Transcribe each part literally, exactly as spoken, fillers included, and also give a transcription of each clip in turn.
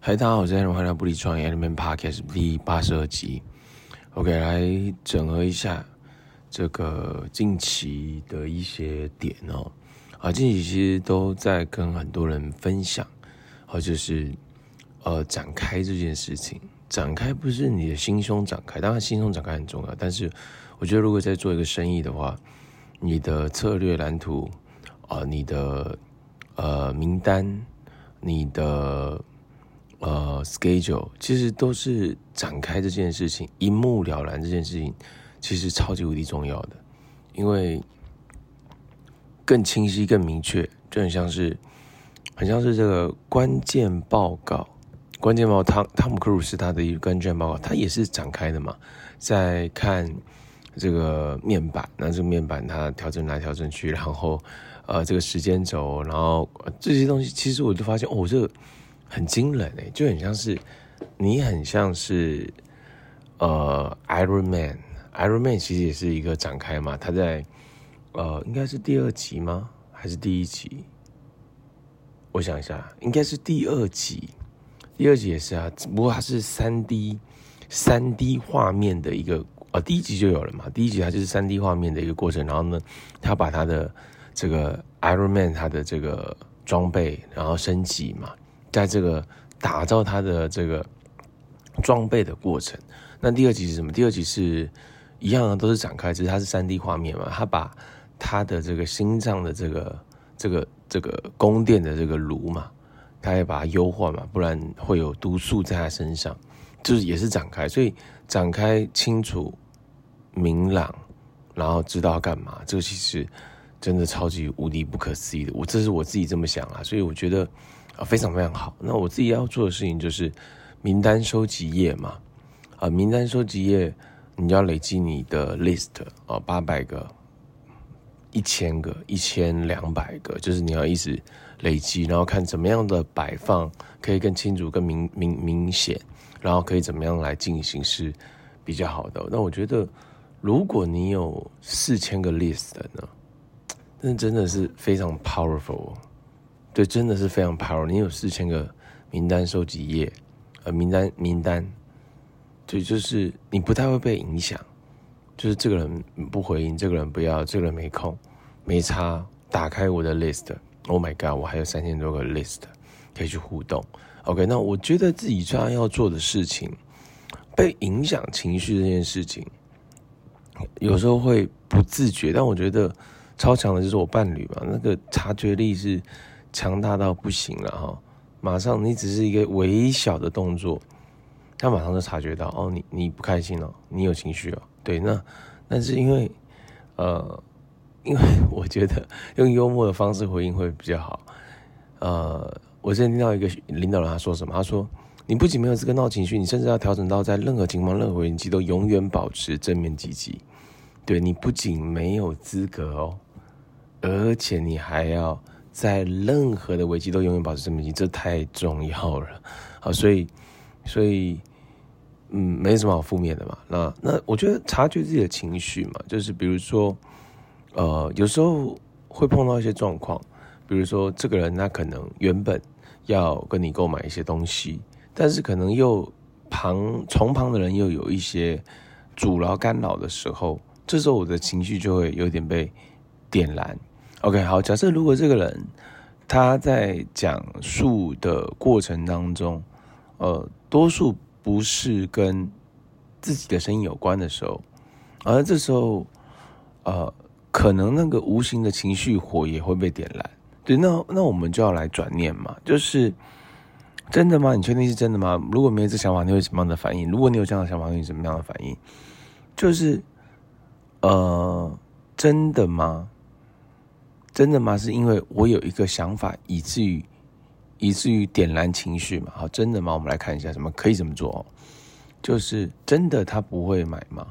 嗨，大家好，我是 Aaron， 欢迎来到不离创业 Element Podcast 第八十二集。OK， 来整合一下这个近期的一些点哦。啊，近期其实都在跟很多人分享，啊，就是呃展开这件事情。展开不是你的心胸展开，当然心胸展开很重要，但是我觉得如果在做一个生意的话，你的策略蓝图啊、呃，你的呃名单，你的呃 schedule 其实都是展开这件事情，一目了然这件事情其实超级无敌重要的，因为更清晰更明确，就很像是很像是这个关键报告关键报告汤汤姆克鲁斯他的一个关键报告，他也是展开的嘛，在看这个面板，那这个面板它调整来调整去，然后呃这个时间轴，然后、呃、这些东西其实我就发现哦，这个很惊人诶，就很像是你很像是呃 Iron Man，Iron Man 其实也是一个展开嘛，他在呃应该是第二集吗？还是第一集？我想一下，应该是第二集，第二集也是啊，不过它是三 D 三 D 画面的一个呃第一集就有了嘛，第一集它就是三 D 画面的一个过程，然后呢，他把他的这个 Iron Man 他的这个装备然后升级嘛。在这个打造他的这个装备的过程，那第二集是什么？第二集是一样的，都是展开，只是它是 三 D 画面嘛。他把他的这个心脏的这个这个这个供电的这个炉嘛，他也把它优化嘛，不然会有毒素在他身上，就是也是展开。所以展开清楚、明朗，然后知道要干嘛，这个其实真的超级无敌不可思议的。我这是我自己这么想啊，所以我觉得。啊，非常非常好。那我自己要做的事情就是名单收集页嘛，啊，名单收集页，你要累积你的 list 啊，八百个、一千个、一千两百个，就是你要一直累积，然后看怎么样的摆放可以更清楚、更明明明显，然后可以怎么样来进行是比较好的。那我觉得，如果你有四千个 list 呢，那真的是非常 powerful。对，真的是非常 power。你有四千个名单收集页，呃，名单名单，对，就是你不太会被影响，就是这个人不回应，这个人不要，这个人没空，没差。打开我的 list，Oh my god， 我还有三千多个 list 可以去互动。OK， 那我觉得自己这样要做的事情，被影响情绪这件事情，有时候会不自觉，但我觉得超强的就是我伴侣嘛，那个察觉力是。强大到不行了哈！马上你只是一个微小的动作，他马上就察觉到哦，你你不开心了，你有情绪了。对，那但是因为呃，因为我觉得用幽默的方式回应会比较好。呃，我之前听到一个领导人他说什么？他说：“你不仅没有资格闹情绪，你甚至要调整到在任何情况、任何危机都永远保持正面积极。对，你不仅没有资格哦，而且你还要。”在任何的危机都永远保持正面积极，这太重要了。好，所以，所以，嗯，没什么好负面的嘛。那那我觉得察觉自己的情绪嘛，就是比如说，呃，有时候会碰到一些状况，比如说这个人他可能原本要跟你购买一些东西，但是可能又旁从旁的人又有一些阻挠干扰的时候，这时候我的情绪就会有点被点燃。OK， 好，假设如果这个人他在讲述的过程当中，呃，多数不是跟自己的生意有关的时候，而这时候，呃，可能那个无形的情绪火也会被点燃。对，那那我们就要来转念嘛，就是真的吗？你确定是真的吗？如果没有这想法，你会什么样的反应？如果你有这样的想法，你会什么样的反应？就是，呃，真的吗？真的吗？是因为我有一个想法，以至于以至于点燃情绪嘛？好，真的吗？我们来看一下什么可以怎么做哦。就是真的他不会买吗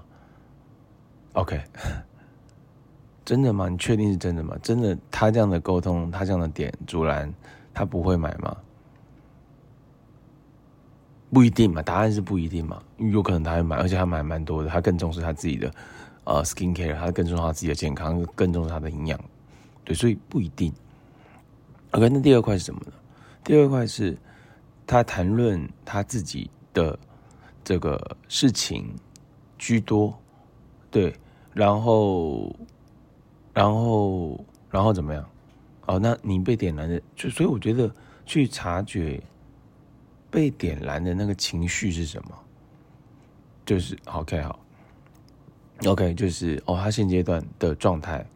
？OK， 真的吗？你确定是真的吗？真的他这样的沟通，他这样的点阻拦，他不会买吗？不一定嘛，答案是不一定嘛，因为有可能他会买，而且他买蛮多的，他更重视他自己的呃 skin care， 他更重视他自己的健康，更重视他的营养。对，所以不一定。OK， 那第二块是什么呢？第二块是他谈论他自己的这个事情居多，对，然后，然后，然后怎么样？哦，那你被点燃的，就所以我觉得去察觉被点燃的那个情绪是什么，就是 OK 好 ，OK 就是哦，他现阶段的状态，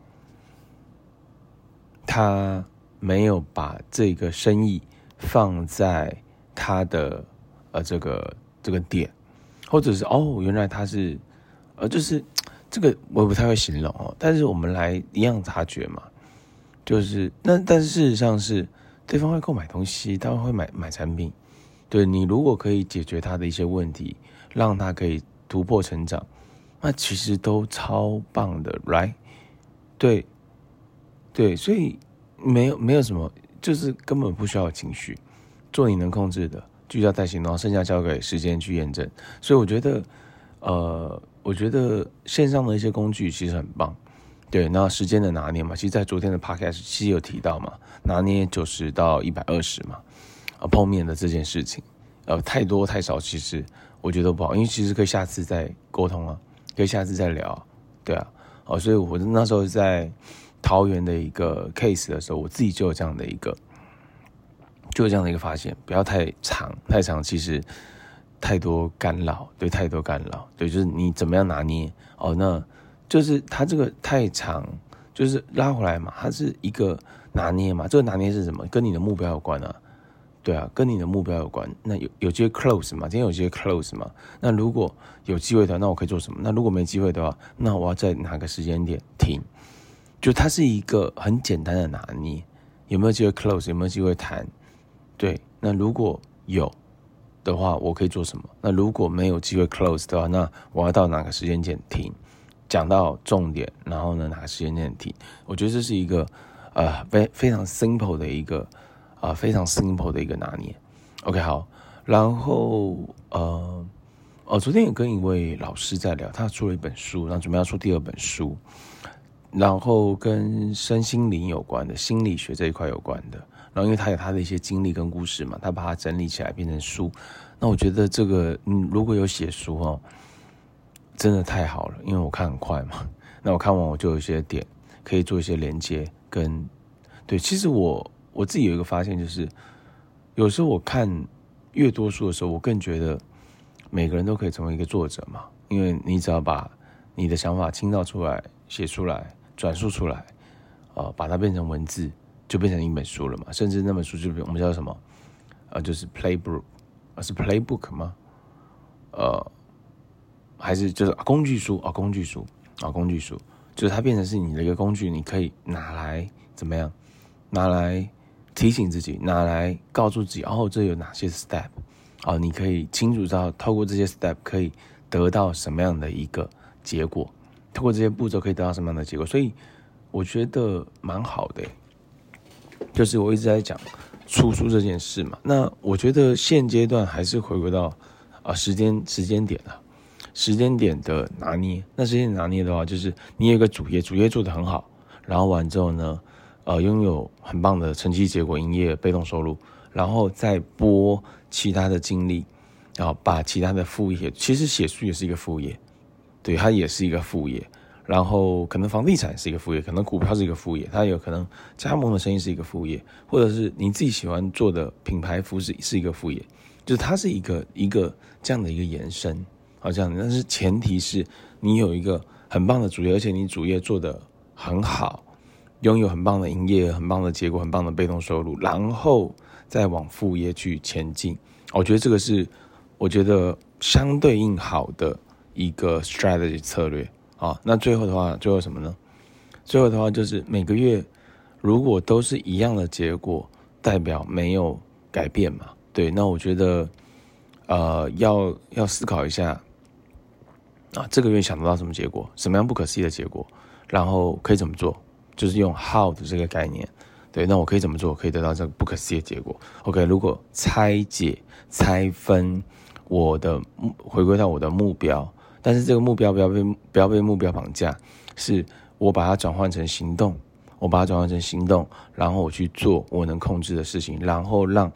他没有把这个生意放在他的呃这个这个点，或者是哦，原来他是呃就是这个我不太会形容哦，但是我们来一样察觉嘛。就是那，但是事实上是对方会购买东西，他会买买产品。对，你如果可以解决他的一些问题，让他可以突破成长，那其实都超棒的 ，right？ 对，对，所以没有没有什么，就是根本不需要有情绪，做你能控制的，聚焦在行动，剩下交给时间去验证。所以我觉得，呃，我觉得线上的一些工具其实很棒。对，那时间的拿捏嘛，其实在昨天的 podcast 其实有提到嘛，拿捏九十到一百二十嘛，啊，碰面的这件事情，呃，太多太少，其实我觉得不好，因为其实可以下次再沟通啊，可以下次再聊，对啊，哦，所以我那时候在桃园的一个 case 的时候，我自己就有这样的一个，就有这样的一个发现，不要太长，太长其实太多干扰，对，太多干扰，对，就是你怎么样拿捏，哦，那。就是它这个太长，就是拉回来嘛，它是一个拿捏嘛。这个拿捏是什么？跟你的目标有关啊，对啊，跟你的目标有关。那有有机会 close 嘛？今天有机会 close 嘛？那如果有机会的话，那我可以做什么？那如果没机会的话，那我要在哪个时间点停？就它是一个很简单的拿捏，有没有机会 close？有没有机会谈？对，那如果有的话，我可以做什么？那如果没有机会 close 的话，那我要到哪个时间点停？讲到重点，然后呢，哪个时间点停？我觉得这是一个呃非非常 simple 的一个啊、呃、非常 simple 的一个拿捏。OK， 好，然后呃哦，昨天有跟一位老师在聊，他出了一本书，然后准备要出第二本书，然后跟身心灵有关的心理学这一块有关的。然后因为他有他的一些经历跟故事嘛，他把它整理起来变成书。那我觉得这个嗯，如果有写书哦。真的太好了，因为我看很快嘛。那我看完我就有一些点可以做一些连接跟对。其实我我自己有一个发现，就是有时候我看越多书的时候，我更觉得每个人都可以成为一个作者嘛。因为你只要把你的想法倾倒出来、写出来、转述出来，呃，把它变成文字，就变成一本书了嘛。甚至那本书就我们叫什么？呃，就是 playbook， 呃，是 playbook 吗？呃。还是就是工具书啊、哦，工具书啊、哦，工具书，就是它变成是你的一个工具，你可以拿来怎么样？拿来提醒自己，拿来告诉自己，哦，这有哪些 step 啊、哦？你可以清楚知道，透过这些 step 可以得到什么样的一个结果，透过这些步骤可以得到什么样的结果，所以我觉得蛮好的。就是我一直在讲出书这件事嘛，那我觉得现阶段还是回归到啊、呃、时间时间点啊。时间点的拿捏，那时间点拿捏的话，就是你有一个主业，主业做得很好，然后完之后呢，呃，拥有很棒的成绩结果、营业、被动收入，然后再拨其他的精力，然后把其他的副业，其实写书也是一个副业，对，它也是一个副业，然后可能房地产是一个副业，可能股票是一个副业，它有可能加盟的生意是一个副业，或者是你自己喜欢做的品牌服饰是一个副业，就是它是一个一个这样的一个延伸。好这样，但是前提是你有一个很棒的主业，而且你主业做得很好，拥有很棒的营业、很棒的结果、很棒的被动收入，然后再往副业去前进。我觉得这个是我觉得相对应好的一个 strategy 策略啊。那最后的话，最后什么呢？最后的话就是每个月如果都是一样的结果，代表没有改变嘛。对，那我觉得呃要要思考一下。啊，这个月想得到什么结果？什么样不可思议的结果？然后可以怎么做？就是用 how 的这个概念，对，那我可以怎么做？可以得到这个不可思议的结果。OK， 如果拆解、拆分我的回归到我的目标，但是这个目标不要被不要被目标绑架，是我把它转换成行动，我把它转换成行动，然后我去做我能控制的事情，然后让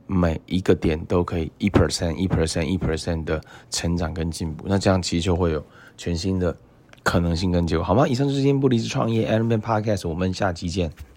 每一个点都可以一 percent 一 percent 一 percent 的成长跟进步，那这样其实就会有全新的可能性跟结果，好吗？以上就是今天不离职创业 Allen Ben Podcast， 我们下期见。